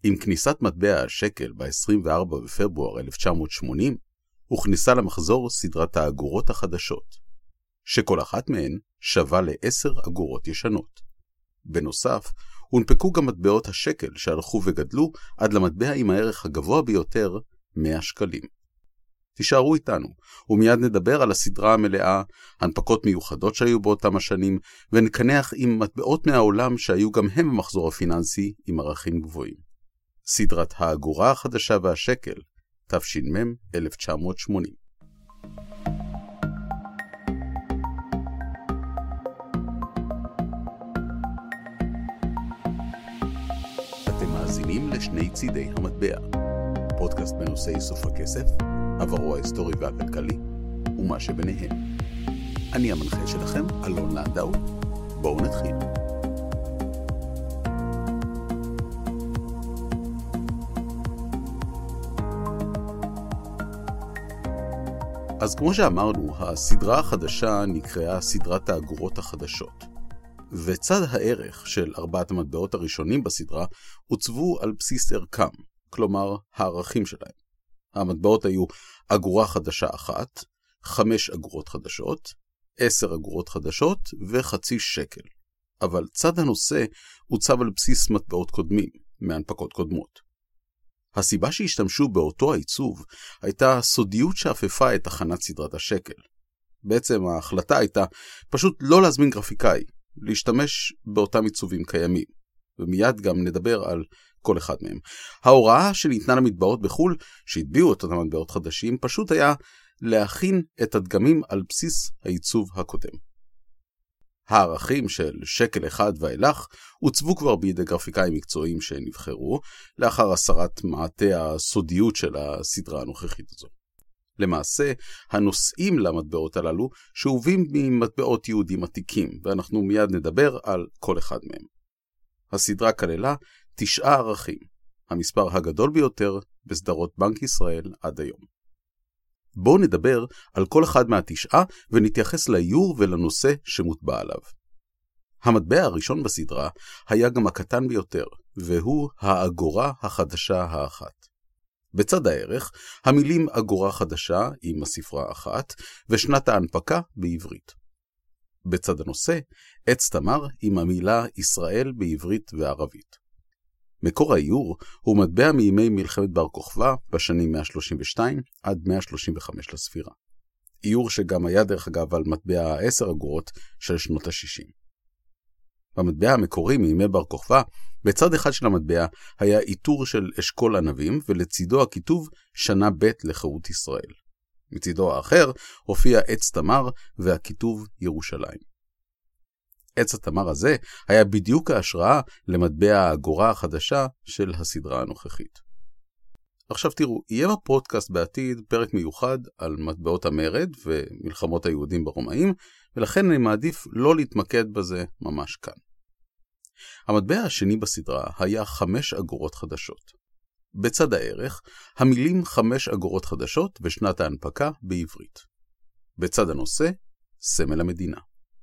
עם כניסת מטבע השקל ב-24 בפברואר 1980, הוכניסה למחזור סדרת האגורות החדשות, שכל אחת מהן שווה ל10 אגורות ישנות. בנוסף, הונפקו גם מטבעות השקל שהלכו וגדלו עד למטבע עם הערך הגבוה ביותר, 100 שקלים. תישארו איתנו, ומיד נדבר על הסדרה המלאה, הנפקות מיוחדות שהיו באותם השנים, ונקנח עם מטבעות מהעולם שהיו גם הם במחזור הפיננסי עם ערכים גבוהים. סדרת האגורה החדשה והשקל, תש"מ 1980. אתם מאזינים לשני צידי המטבע, פודקאסט בנושא איסוף הכסף, עברו ההיסטורי והכלכלי, ומה שביניהם. אני המנחה שלכם, אלון לנדאו. בואו נתחיל. אז כמו שאמרנו, הסדרה החדשה נקראה סדרת האגורות החדשות. וצד הערך של 4 המטבעות הראשונים בסדרה הוצבו על בסיס ערכם, כלומר הערכים שלהם. המטבעות היו אגורה חדשה 1, 5 אגורות חדשות, 10 אגורות חדשות וחצי שקל. אבל צד הנושא הוצב על בסיס מטבעות קודמים, מהנפקות קודמות. הסיבה שהשתמשו באותו העיצוב הייתה סודיות שאפפה את הכנת סדרת השקל. בעצם ההחלטה הייתה פשוט לא להזמין גרפיקאי, להשתמש באותם עיצובים קיימים. ומיד גם נדבר על כל אחד מהם. ההוראה שניתנה למטבעות בחול, שהטביעו את אותם מטבעות חדשים, פשוט היה להכין את הדגמים על בסיס העיצוב הקודם. הערכים של שקל אחד ואילך הוצבו כבר בידי גרפיקאים מקצועיים שנבחרו, לאחר הסרת מעטה הסודיות של הסדרה הנוכחית הזו. למעשה, הנושאים למטבעות הללו שאובים ממטבעות יהודים עתיקים, ואנחנו מיד נדבר על כל אחד מהם. הסדרה כללה 9 ערכים, המספר הגדול ביותר בסדרות בנק ישראל עד היום. בואו נדבר על כל אחד מה9 ונתייחס לאיור ולנושא שמוטבע עליו. המטבע הראשון בסדרה היה גם הקטן ביותר, והוא האגורה החדשה האחת. בצד הערך, המילים אגורה חדשה עם הספרה 1 ושנת ההנפקה בעברית. בצד הנושא, עץ תמר עם המילה ישראל בעברית וערבית. מקור האיור הוא מטבע מימי מלחמת בר כוכבא בשנים 132 עד 135 לספירה. איור שגם היה דרך אגב על מטבע 10 אגורות של שנות ה-60. במטבע המקורי מימי בר כוכבא, בצד אחד של המטבע היה עיטור של אשכול ענבים ולצידו הכיתוב שנה ב' לחירות ישראל. מצידו האחר הופיע עץ תמר והכיתוב ירושלים. עץ התמר הזה היה בדיוק ההשראה למטבע האגורה החדשה של הסדרה הנוכחית. עכשיו תראו, יהיה בפודקאסט בעתיד פרק מיוחד על מטבעות המרד ומלחמות היהודים ברומאים, ולכן אני מעדיף לא להתמקד בזה ממש כאן. המטבע השני בסדרה היה 5 אגורות חדשות. בצד הערך, המילים 5 אגורות חדשות ושנת ההנפקה בעברית. בצד הנושא, סמל המדינה.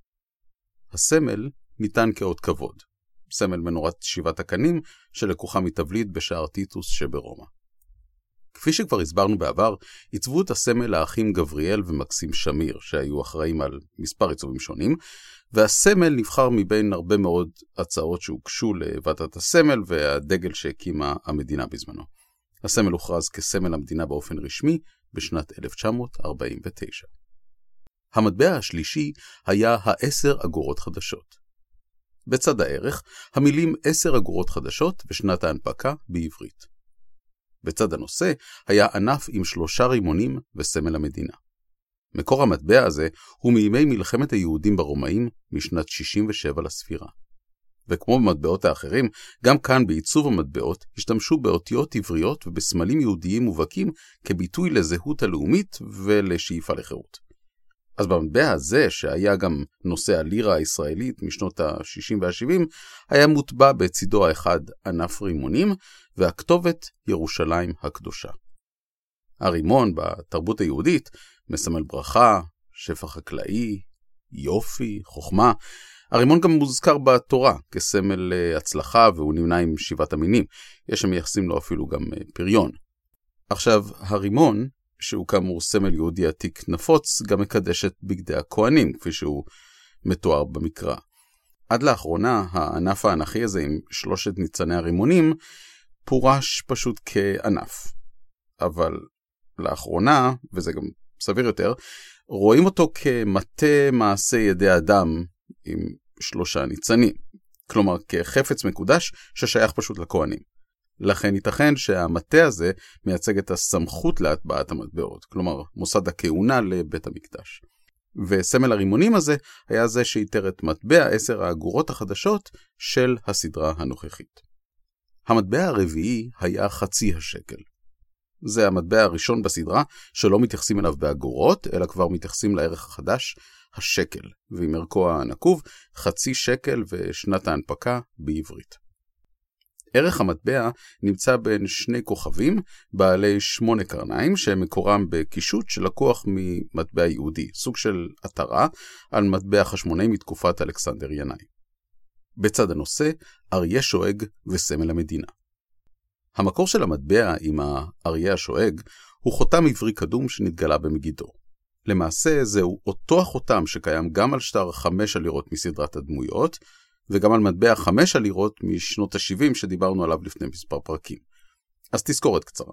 הסמל ניתן כאות כבוד, סמל מנורת 7 הקנים שלקוחה מתבליט בשער טיטוס שברומא. כפי שכבר הסברנו בעבר, עיצבו את הסמל האחים גבריאל ומקסים שמיר, שהיו אחראים על מספר עיצובים שונים, והסמל נבחר מבין הרבה מאוד הצעות שהוגשו לוועדת הסמל והדגל שהקימה המדינה בזמנו. הסמל הוכרז כסמל המדינה באופן רשמי בשנת 1949. המטבע השלישי היה 10 אגורות חדשות. בצד הערך, המילים 10 אגורות חדשות ושנת ההנפקה בעברית. בצד הנושא היה ענף עם 3 רימונים וסמל המדינה. מקור המטבע הזה הוא מימי מלחמת היהודים ברומאים משנת 67 לספירה. וכמו במטבעות האחרים, גם כאן בעיצוב המטבעות השתמשו באותיות עבריות ובסמלים יהודיים מובהקים כביטוי לזהות הלאומית ולשאיפה לחירות. אז במטבע הזה, שהיה גם נושא הלירה הישראלית משנות ה-60 וה-70, היה מוטבע בצידו האחד ענף רימונים, והכתובת ירושלים הקדושה. הרימון בתרבות היהודית מסמל ברכה, שפע חקלאי, יופי, חוכמה, הרימון גם מוזכר בתורה כסמל הצלחה, והוא נמנה עם 7 המינים. יש שם מייחסים לו אפילו גם פריון. עכשיו, הרימון, שהוא כאמור סמל יהודי עתיק נפוץ, גם מקדש את בגדי הכהנים, כפי שהוא מתואר במקרא. עד לאחרונה, הענף האנכי הזה עם 3 ניצני הרימונים, פורש פשוט כענף. אבל לאחרונה, וזה גם סביר יותר, רואים אותו כמטה מעשה ידי אדם עם 3 ניצנים. כלומר, כחפץ מקודש ששייך פשוט לכהנים. לכן ייתכן שהמטה הזה מייצג את הסמכות להטבעת המטבעות, כלומר מוסד הכהונה לבית המקדש. וסמל הרימונים הזה היה זה שיתר את מטבע 10 האגורות החדשות של הסדרה הנוכחית. המטבע הרביעי היה חצי השקל. זה המטבע הראשון בסדרה שלא מתייחסים אליו באגורות, אלא כבר מתייחסים לערך החדש, השקל, ועם ערכו הנקוב, חצי שקל ושנת ההנפקה בעברית. ערך המטבע נמצא בין 2 כוכבים בעלי 8 קרניים שמקורם בקישוט שלקוח ממטבע יהודי, סוג של עטרה על מטבע חשמונאי מתקופת אלכסנדר ינאי. בצד הנושא, אריה שואג וסמל המדינה. המקור של המטבע עם האריה השואג הוא חותם עברי קדום שנתגלה במגידו. למעשה זהו אותו החותם שקיים גם על שטר 5 הלירות מסדרת הדמויות, וגם על מטבע 5 הלירות משנות ה-70 שדיברנו עליו לפני מספר פרקים. אז תזכורת קצרה.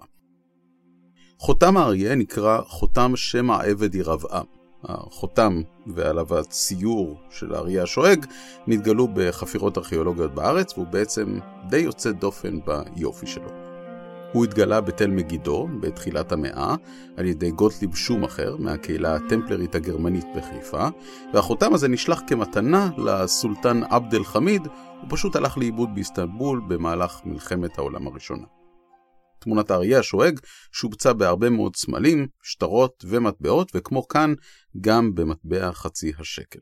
חותם האריה נקרא חותם שם העבד ירבעם. החותם ועליו הציור של האריה השואג נתגלו בחפירות ארכיאולוגיות בארץ, והוא בעצם די יוצא דופן ביופי שלו. הוא התגלה בתל מגידו בתחילת המאה על ידי גוטליב שומאחר מהקהילה הטמפלרית הגרמנית בחיפה, והחותם הזה נשלח כמתנה לסולטן עבד אל חמיד, הוא פשוט הלך לאיבוד באיסטנבול במהלך מלחמת העולם הראשונה. תמונת האריה השואג שובצה בהרבה מאוד סמלים, שטרות ומטבעות, וכמו כאן גם במטבע חצי השקל.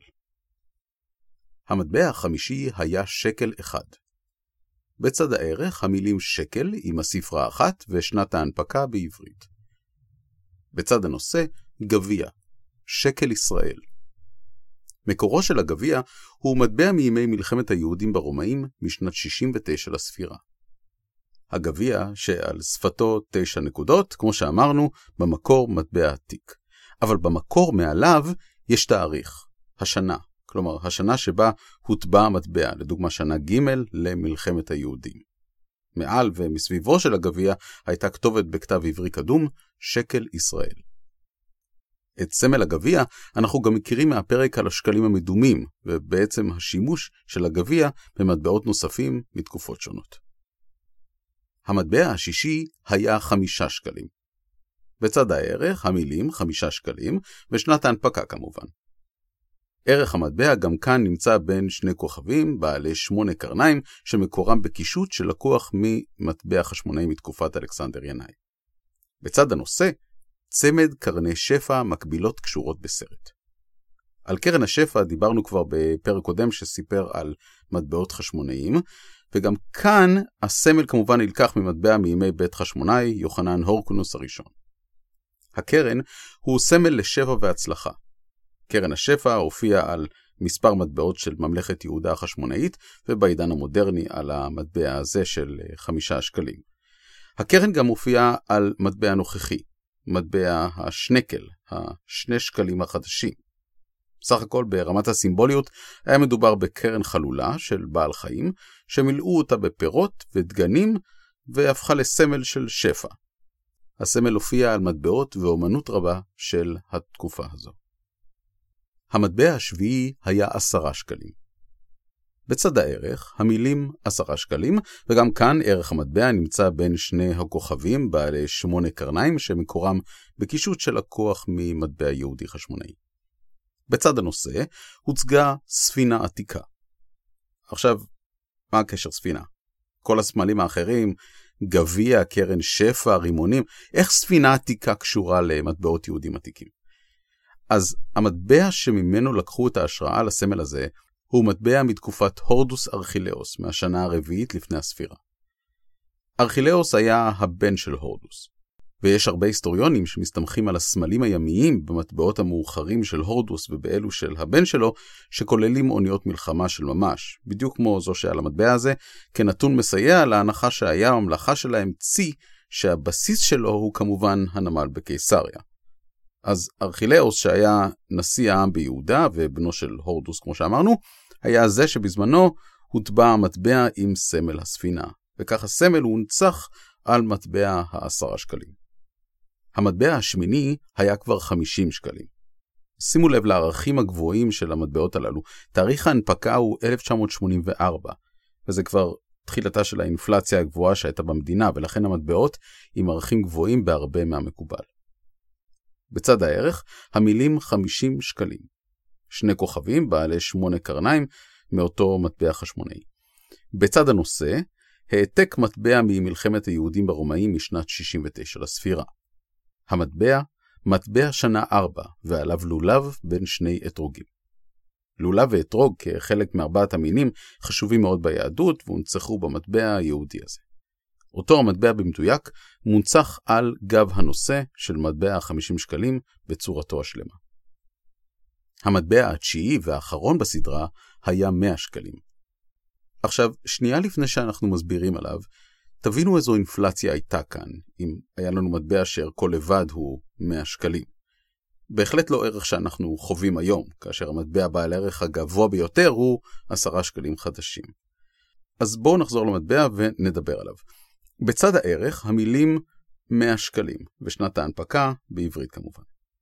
המטבע החמישי היה שקל אחד. בצד הערך המילים שקל עם הספרה 1 ושנת ההנפקה בעברית. בצד הנושא גביע, שקל ישראל. מקורו של הגביע הוא מטבע מימי מלחמת היהודים ברומאים משנת 69 לספירה. הגביע שעל שפתו 9 נקודות, כמו שאמרנו, במקור מטבע עתיק. אבל במקור מעליו יש תאריך, השנה. כלומר, השנה שבה הוטבע המטבע, לדוגמה שנה ג' למלחמת היהודים. מעל ומסביבו של הגביע הייתה כתובת בכתב עברי קדום, שקל ישראל. את סמל הגביע אנחנו גם מכירים מהפרק על השקלים המדומים, ובעצם השימוש של הגביע במטבעות נוספים מתקופות שונות. המטבע השישי היה 5 שקלים. בצד הערך המילים 5 שקלים, ושנת ההנפקה כמובן. ערך המטבע גם כאן נמצא בין 2 כוכבים בעלי 8 קרניים שמקורם בקישוט שלקוח ממטבע חשמונאי מתקופת אלכסנדר ינאי. בצד הנושא, צמד קרני שפע מקבילות קשורות בסרט. על קרן השפע דיברנו כבר בפרק קודם שסיפר על מטבעות חשמונאיים, וגם כאן הסמל כמובן נלקח ממטבע מימי בית חשמונאי יוחנן הורקנוס הראשון. הקרן הוא סמל לשפע והצלחה. קרן השפע הופיע על מספר מטבעות של ממלכת יהודה החשמונאית, ובעידן המודרני על המטבע הזה של 5 שקלים. הקרן גם הופיעה על מטבע נוכחי, מטבע השנקל, 2 שקלים החדשים. בסך הכל ברמת הסימבוליות היה מדובר בקרן חלולה של בעל חיים, שמילאו אותה בפירות ודגנים, והפכה לסמל של שפע. הסמל הופיע על מטבעות ואומנות רבה של התקופה הזו. המטבע השביעי היה 10 שקלים. בצד הערך, המילים 10 שקלים, וגם כאן ערך המטבע נמצא בין 2 הכוכבים בעלי 8 קרניים שמקורם בקישוט של לקוח ממטבע יהודי חשמונאי. בצד הנושא הוצגה ספינה עתיקה. עכשיו, מה הקשר ספינה? כל הסמלים האחרים, גביע, קרן שפע, רימונים, איך ספינה עתיקה קשורה למטבעות יהודים עתיקים? אז המטבע שממנו לקחו את ההשראה לסמל הזה, הוא מטבע מתקופת הורדוס ארכילאוס, מהשנה הרביעית לפני הספירה. ארכילאוס היה הבן של הורדוס. ויש הרבה היסטוריונים שמסתמכים על הסמלים הימיים במטבעות המאוחרים של הורדוס ובאלו של הבן שלו, שכוללים אוניות מלחמה של ממש, בדיוק כמו זו שעל המטבע הזה, כנתון מסייע להנחה שהיה הממלכה שלהם צי, שהבסיס שלו הוא כמובן הנמל בקיסריה. אז ארכילאוס, שהיה נשיא העם ביהודה ובנו של הורדוס כמו שאמרנו, היה זה שבזמנו הוטבע המטבע עם סמל הספינה, וכך הסמל הונצח על מטבע 10 שקלים. המטבע השמיני היה כבר 50 שקלים. שימו לב לערכים הגבוהים של המטבעות הללו. תאריך ההנפקה הוא 1984, וזה כבר תחילתה של האינפלציה הגבוהה שהייתה במדינה, ולכן המטבעות עם ערכים גבוהים בהרבה מהמקובל. בצד הערך, המילים 50 שקלים. 2 כוכבים בעלי 8 קרניים מאותו מטבע חשמונאי. בצד הנושא, העתק מטבע ממלחמת היהודים ברומאים משנת 69 לספירה. המטבע, מטבע שנה 4, ועליו לולב בין 2 אתרוגים. לולב ואתרוג כחלק מארבעת המינים חשובים מאוד ביהדות והונצחו במטבע היהודי הזה. אותו המטבע במדויק מונצח על גב הנושא של מטבע 50 שקלים בצורתו השלמה. המטבע התשיעי והאחרון בסדרה היה 100 שקלים. עכשיו, שנייה לפני שאנחנו מסבירים עליו, תבינו איזו אינפלציה הייתה כאן, אם היה לנו מטבע שערכו לבד הוא 100 שקלים. בהחלט לא ערך שאנחנו חווים היום, כאשר המטבע בעל הערך הגבוה ביותר הוא 10 שקלים חדשים. אז בואו נחזור למטבע ונדבר עליו. בצד הערך, המילים 100 שקלים, ושנת ההנפקה בעברית כמובן.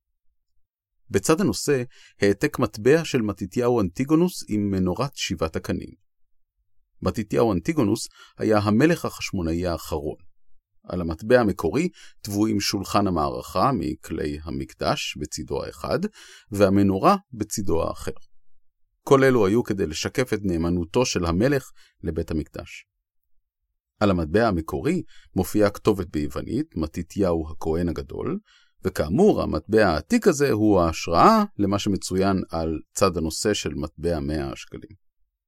בצד הנושא, העתק מטבע של מתתיהו אנטיגונוס עם מנורת 7 הקנים. מתתיהו אנטיגונוס היה המלך החשמונאי האחרון. על המטבע המקורי טבועים שולחן המערכה מכלי המקדש בצידו האחד, והמנורה בצידו האחר. כל אלו היו כדי לשקף את נאמנותו של המלך לבית המקדש. על המטבע המקורי מופיעה כתובת ביוונית, מתתיהו הכהן הגדול, וכאמור המטבע העתיק הזה הוא ההשראה למה שמצוין על צד הנושא של מטבע 100 שקלים.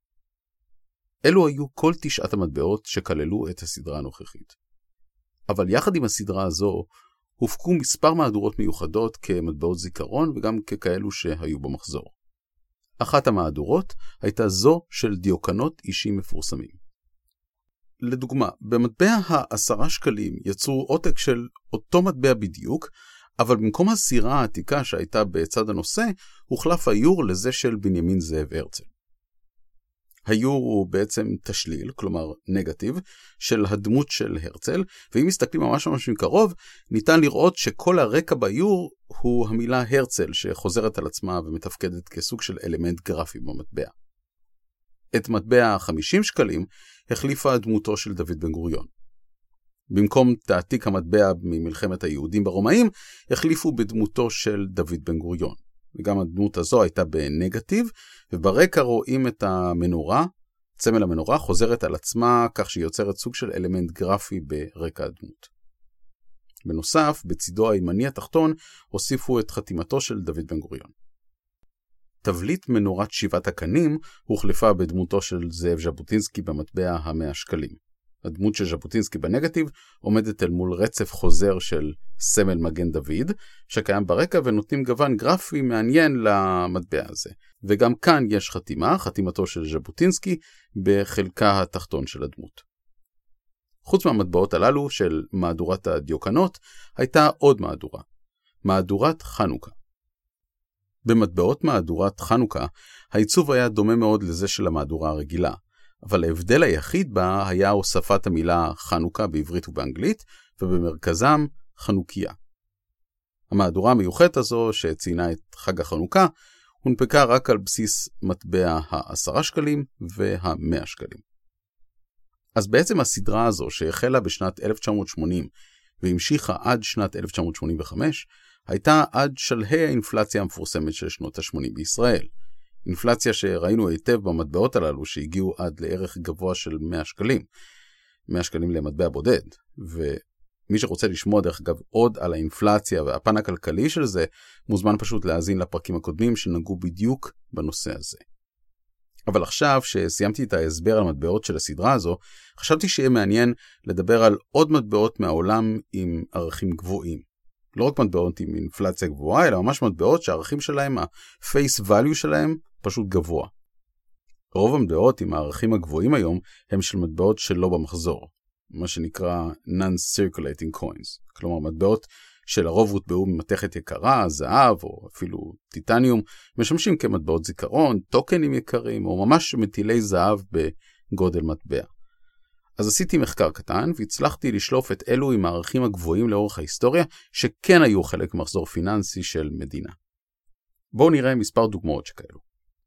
אלו היו כל 9 המטבעות שכללו את הסדרה הנוכחית. אבל יחד עם הסדרה הזו, הופקו מספר מהדורות מיוחדות כמטבעות זיכרון וגם ככאלו שהיו במחזור. אחת המהדורות הייתה זו של דיוקנות אישים מפורסמים. לדוגמה, במטבע 10 שקלים יצרו עותק של אותו מטבע בדיוק, אבל במקום הסירה העתיקה שהייתה בצד הנושא, הוחלף האיור לזה של בנימין זאב הרצל. האיור הוא בעצם תשליל, כלומר נגטיב, של הדמות של הרצל, ואם מסתכלים ממש מקרוב, ניתן לראות שכל הרקע באיור הוא המילה הרצל, שחוזרת על עצמה ומתפקדת כסוג של אלמנט גרפי במטבע. את מטבע 50 שקלים החליפה דמותו של דוד בן גוריון. במקום תעתיק המטבע ממלחמת היהודים ברומאים, החליפו בדמותו של דוד בן גוריון. וגם הדמות הזו הייתה בנגטיב, וברקע רואים את המנורה, צמל המנורה חוזרת על עצמה כך שהיא יוצרת סוג של אלמנט גרפי ברקע הדמות. בנוסף, בצידו הימני התחתון הוסיפו את חתימתו של דוד בן גוריון. תבליט מנורת 7 הקנים הוחלפה בדמותו של זאב ז'בוטינסקי במטבע 100 שקלים. הדמות של ז'בוטינסקי בנגטיב עומדת אל מול רצף חוזר של סמל מגן דוד, שקיים ברקע ונותנים גוון גרפי מעניין למטבע הזה. וגם כאן יש חתימתו של ז'בוטינסקי בחלקה התחתון של הדמות. חוץ מהמטבעות הללו של מהדורת הדיוקנות, הייתה עוד מהדורה, מהדורת חנוכה. במטבעות מהדורת חנוכה, העיצוב היה דומה מאוד לזה של המהדורה הרגילה, אבל ההבדל היחיד בה היה הוספת המילה חנוכה בעברית ובאנגלית, ובמרכזם חנוכיה. המהדורה המיוחדת הזו שציינה את חג החנוכה, הונפקה רק על בסיס מטבע 10 שקלים וה-100 שקלים. אז בעצם הסדרה הזו שהחלה בשנת 1980 והמשיכה עד שנת 1985, הייתה עד שלהי האינפלציה המפורסמת של שנות ה-80 בישראל. אינפלציה שראינו היטב במטבעות הללו שהגיעו עד לערך גבוה של 100 שקלים. 100 שקלים למטבע בודד. ומי שרוצה לשמוע דרך אגב עוד על האינפלציה והפן הכלכלי של זה, מוזמן פשוט להאזין לפרקים הקודמים שנגעו בדיוק בנושא הזה. אבל עכשיו שסיימתי את ההסבר על מטבעות של הסדרה הזו, חשבתי שיהיה מעניין לדבר על עוד מטבעות מהעולם עם ערכים גבוהים. לא רק מטבעות עם אינפלציה גבוהה, אלא ממש מטבעות שהערכים שלהם, ה-face value שלהם, פשוט גבוה. רוב המטבעות עם הערכים הגבוהים היום הם של מטבעות שלא במחזור, מה שנקרא non-circulating coins. כלומר, מטבעות שלרוב הוטבעו ממתכת יקרה, זהב או אפילו טיטניום, משמשים כמטבעות זיכרון, טוקנים יקרים או ממש מטילי זהב בגודל מטבע. אז עשיתי מחקר קטן והצלחתי לשלוף את אלו עם הערכים הגבוהים לאורך ההיסטוריה שכן היו חלק מחזור פיננסי של מדינה. בואו נראה מספר דוגמאות שכאלו.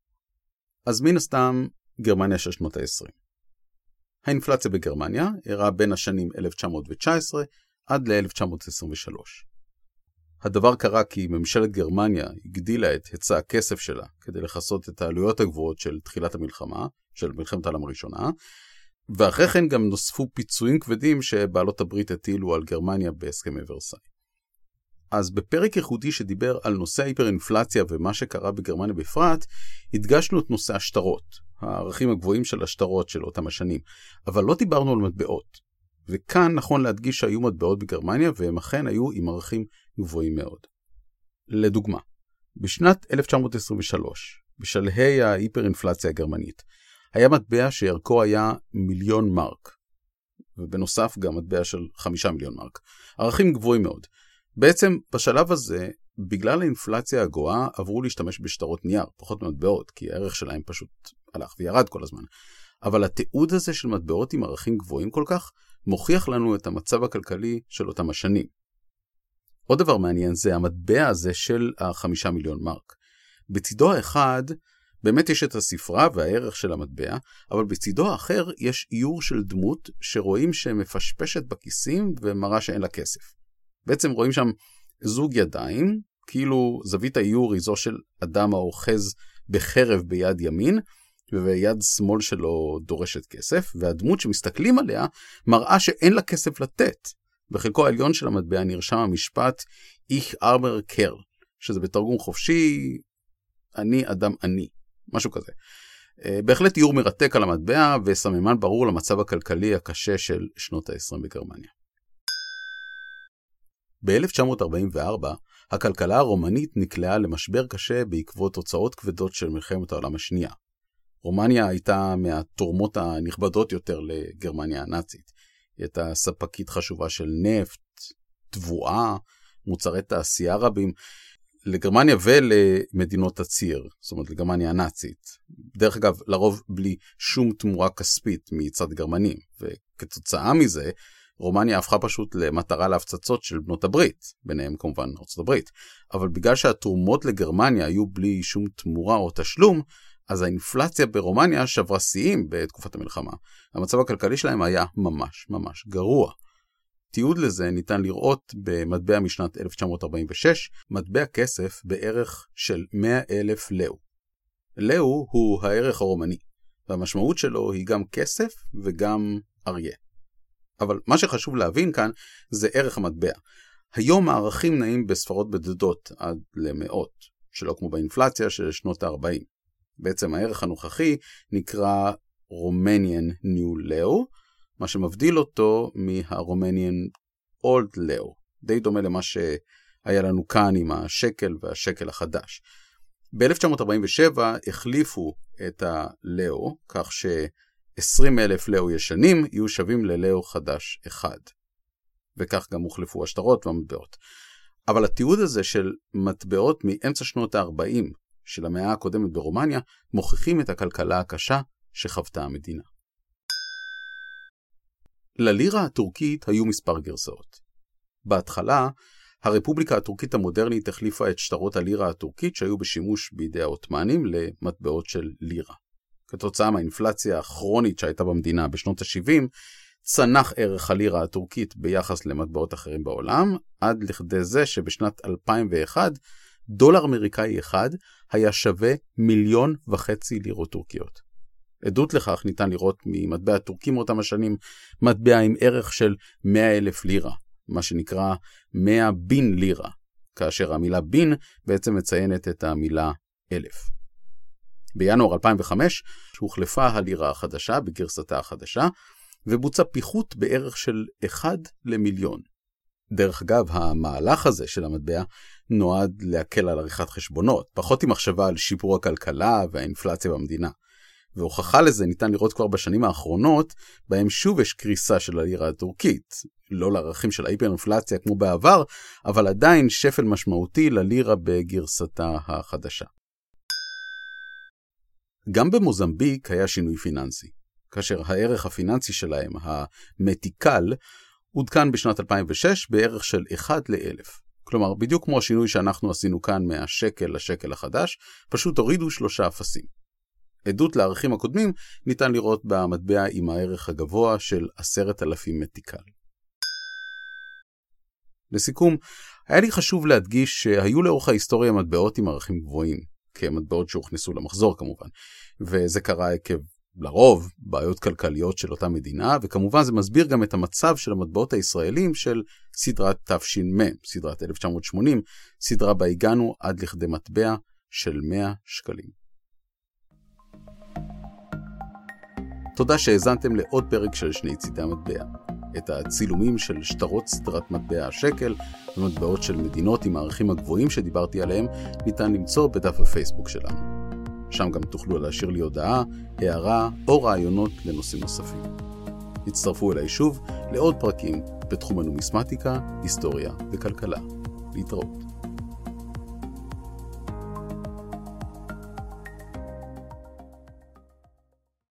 אז מן הסתם גרמניה של שנות ה-20. האינפלציה בגרמניה אירעה בין השנים 1919 עד ל-1923. הדבר קרה כי ממשלת גרמניה הגדילה את היצע הכסף שלה כדי לכסות את העלויות הגבוהות של תחילת המלחמה, של מלחמת העולם הראשונה, ואחרי כן גם נוספו פיצויים כבדים שבעלות הברית הטילו על גרמניה בהסכמי ורסאי. אז בפרק ייחודי שדיבר על נושא ההיפר-אינפלציה ומה שקרה בגרמניה בפרט, הדגשנו את נושא השטרות, הערכים הגבוהים של השטרות של אותם השנים, אבל לא דיברנו על מטבעות. וכאן נכון להדגיש שהיו מטבעות בגרמניה, והם אכן היו עם ערכים גבוהים מאוד. לדוגמה, בשנת 1923, בשלהי ההיפר-אינפלציה הגרמנית, היה מטבע שערכו היה 1,000,000 מרק, ובנוסף גם מטבע של 5 מיליון מרק. ערכים גבוהים מאוד. בעצם בשלב הזה, בגלל האינפלציה הגואה, עברו להשתמש בשטרות נייר, פחות מטבעות, כי הערך שלהם פשוט הלך וירד כל הזמן. אבל התיעוד הזה של מטבעות עם ערכים גבוהים כל כך, מוכיח לנו את המצב הכלכלי של אותם השנים. עוד דבר מעניין זה המטבע הזה של 5 מיליון מרק. בצידו האחד, באמת יש את הספרה והערך של המטבע, אבל בצידו האחר יש איור של דמות שרואים שמפשפשת בכיסים ומראה שאין לה כסף. בעצם רואים שם זוג ידיים, כאילו זווית האיור היא זו של אדם האוחז בחרב ביד ימין, וביד שמאל שלו דורשת כסף, והדמות שמסתכלים עליה מראה שאין לה כסף לתת. בחלקו העליון של המטבע נרשם המשפט Ich armer Kerl, שזה בתרגום חופשי, אני אדם עני, משהו כזה. בהחלט איור מרתק על המטבע וסממן ברור למצב הכלכלי הקשה של שנות ה-20 בגרמניה. ב-1944 הכלכלה הרומנית נקלעה למשבר קשה בעקבות הוצאות כבדות של מלחמת העולם השנייה. רומניה הייתה מהתורמות הנכבדות יותר לגרמניה הנאצית. היא הייתה ספקית חשובה של נפט, תבואה, מוצרי תעשייה רבים, לגרמניה ולמדינות הציר, זאת אומרת לגרמניה הנאצית. דרך אגב, לרוב בלי שום תמורה כספית מצד גרמנים, וכתוצאה מזה, רומניה הפכה פשוט למטרה להפצצות של בנות הברית, ביניהם כמובן ארצות הברית. אבל בגלל שהתרומות לגרמניה היו בלי שום תמורה או תשלום, אז האינפלציה ברומניה שברה שיאים בתקופת המלחמה. המצב הכלכלי שלהם היה ממש ממש גרוע. תיעוד לזה ניתן לראות במטבע משנת 1946, מטבע כסף בערך של 100,000 לאו. לאו הוא הערך הרומני, והמשמעות שלו היא גם כסף וגם אריה. אבל מה שחשוב להבין כאן זה ערך המטבע. היום הערכים נעים בספרות בודדות עד למאות, שלא כמו באינפלציה של שנות ה-40. בעצם הערך הנוכחי נקרא Romanian New Leu, מה שמבדיל אותו מהרומניאן Old Leu. די דומה למה שהיה לנו כאן עם השקל והשקל החדש. ב-1947 החליפו את הלאו, כך ש20,000 לאו ישנים יהיו שווים ללאו חדש אחד. וכך גם הוחלפו השטרות והמטבעות. אבל התיעוד הזה של מטבעות מאמצע שנות ה-40 של המאה הקודמת ברומניה, מוכיחים את הכלכלה הקשה שחוותה המדינה. ללירה הטורקית היו מספר גרסאות. בהתחלה, הרפובליקה הטורקית המודרנית החליפה את שטרות הלירה הטורקית שהיו בשימוש בידי העות'מאנים למטבעות של לירה. כתוצאה מהאינפלציה הכרונית שהייתה במדינה בשנות ה-70, צנח ערך הלירה הטורקית ביחס למטבעות אחרים בעולם, עד לכדי זה שבשנת 2001, דולר אמריקאי אחד היה שווה 1.5 מיליון לירות טורקיות. עדות לכך ניתן לראות ממטבע הטורקים אותם השנים, מטבע עם ערך של 100,000 לירה, מה שנקרא 100 בין לירה, כאשר המילה בין בעצם מציינת את המילה 1,000. בינואר 2005 הוחלפה הלירה החדשה בגרסתה החדשה, ובוצע פיחות בערך של 1 למיליון. דרך אגב, המהלך הזה של המטבע נועד להקל על עריכת חשבונות, פחות עם מחשבה על שיפור הכלכלה והאינפלציה במדינה. והוכחה לזה ניתן לראות כבר בשנים האחרונות, בהם שוב יש קריסה של הלירה הטורקית. לא לערכים של ההיפר-אינפלציה כמו בעבר, אבל עדיין שפל משמעותי ללירה בגרסתה החדשה. גם במוזמביק היה שינוי פיננסי, כאשר הערך הפיננסי שלהם, המתיקל, עודכן בשנת 2006 בערך של 1 ל-1000. כלומר, בדיוק כמו השינוי שאנחנו עשינו כאן מהשקל לשקל החדש, פשוט הורידו 3 אפסים. עדות לערכים הקודמים ניתן לראות במטבע עם הערך הגבוה של 10,000 מתיקל. לסיכום, היה לי חשוב להדגיש שהיו לאורך ההיסטוריה מטבעות עם ערכים גבוהים, כמטבעות שהוכנסו למחזור כמובן, וזה קרה עקב לרוב בעיות כלכליות של אותה מדינה, וכמובן זה מסביר גם את המצב של המטבעות הישראלים של סדרת תש"מ, סדרת 1980, סדרה בה הגענו עד לכדי מטבע של 100 שקלים. תודה שהאזנתם לעוד פרק של שני צידי המטבע. את הצילומים של שטרות סדרת מטבע השקל ומטבעות של מדינות עם הערכים הגבוהים שדיברתי עליהם ניתן למצוא בדף הפייסבוק שלנו. שם גם תוכלו להשאיר לי הודעה, הערה או רעיונות לנושאים נוספים. הצטרפו אליי שוב לעוד פרקים בתחום הנומיסמטיקה, היסטוריה וכלכלה. להתראות.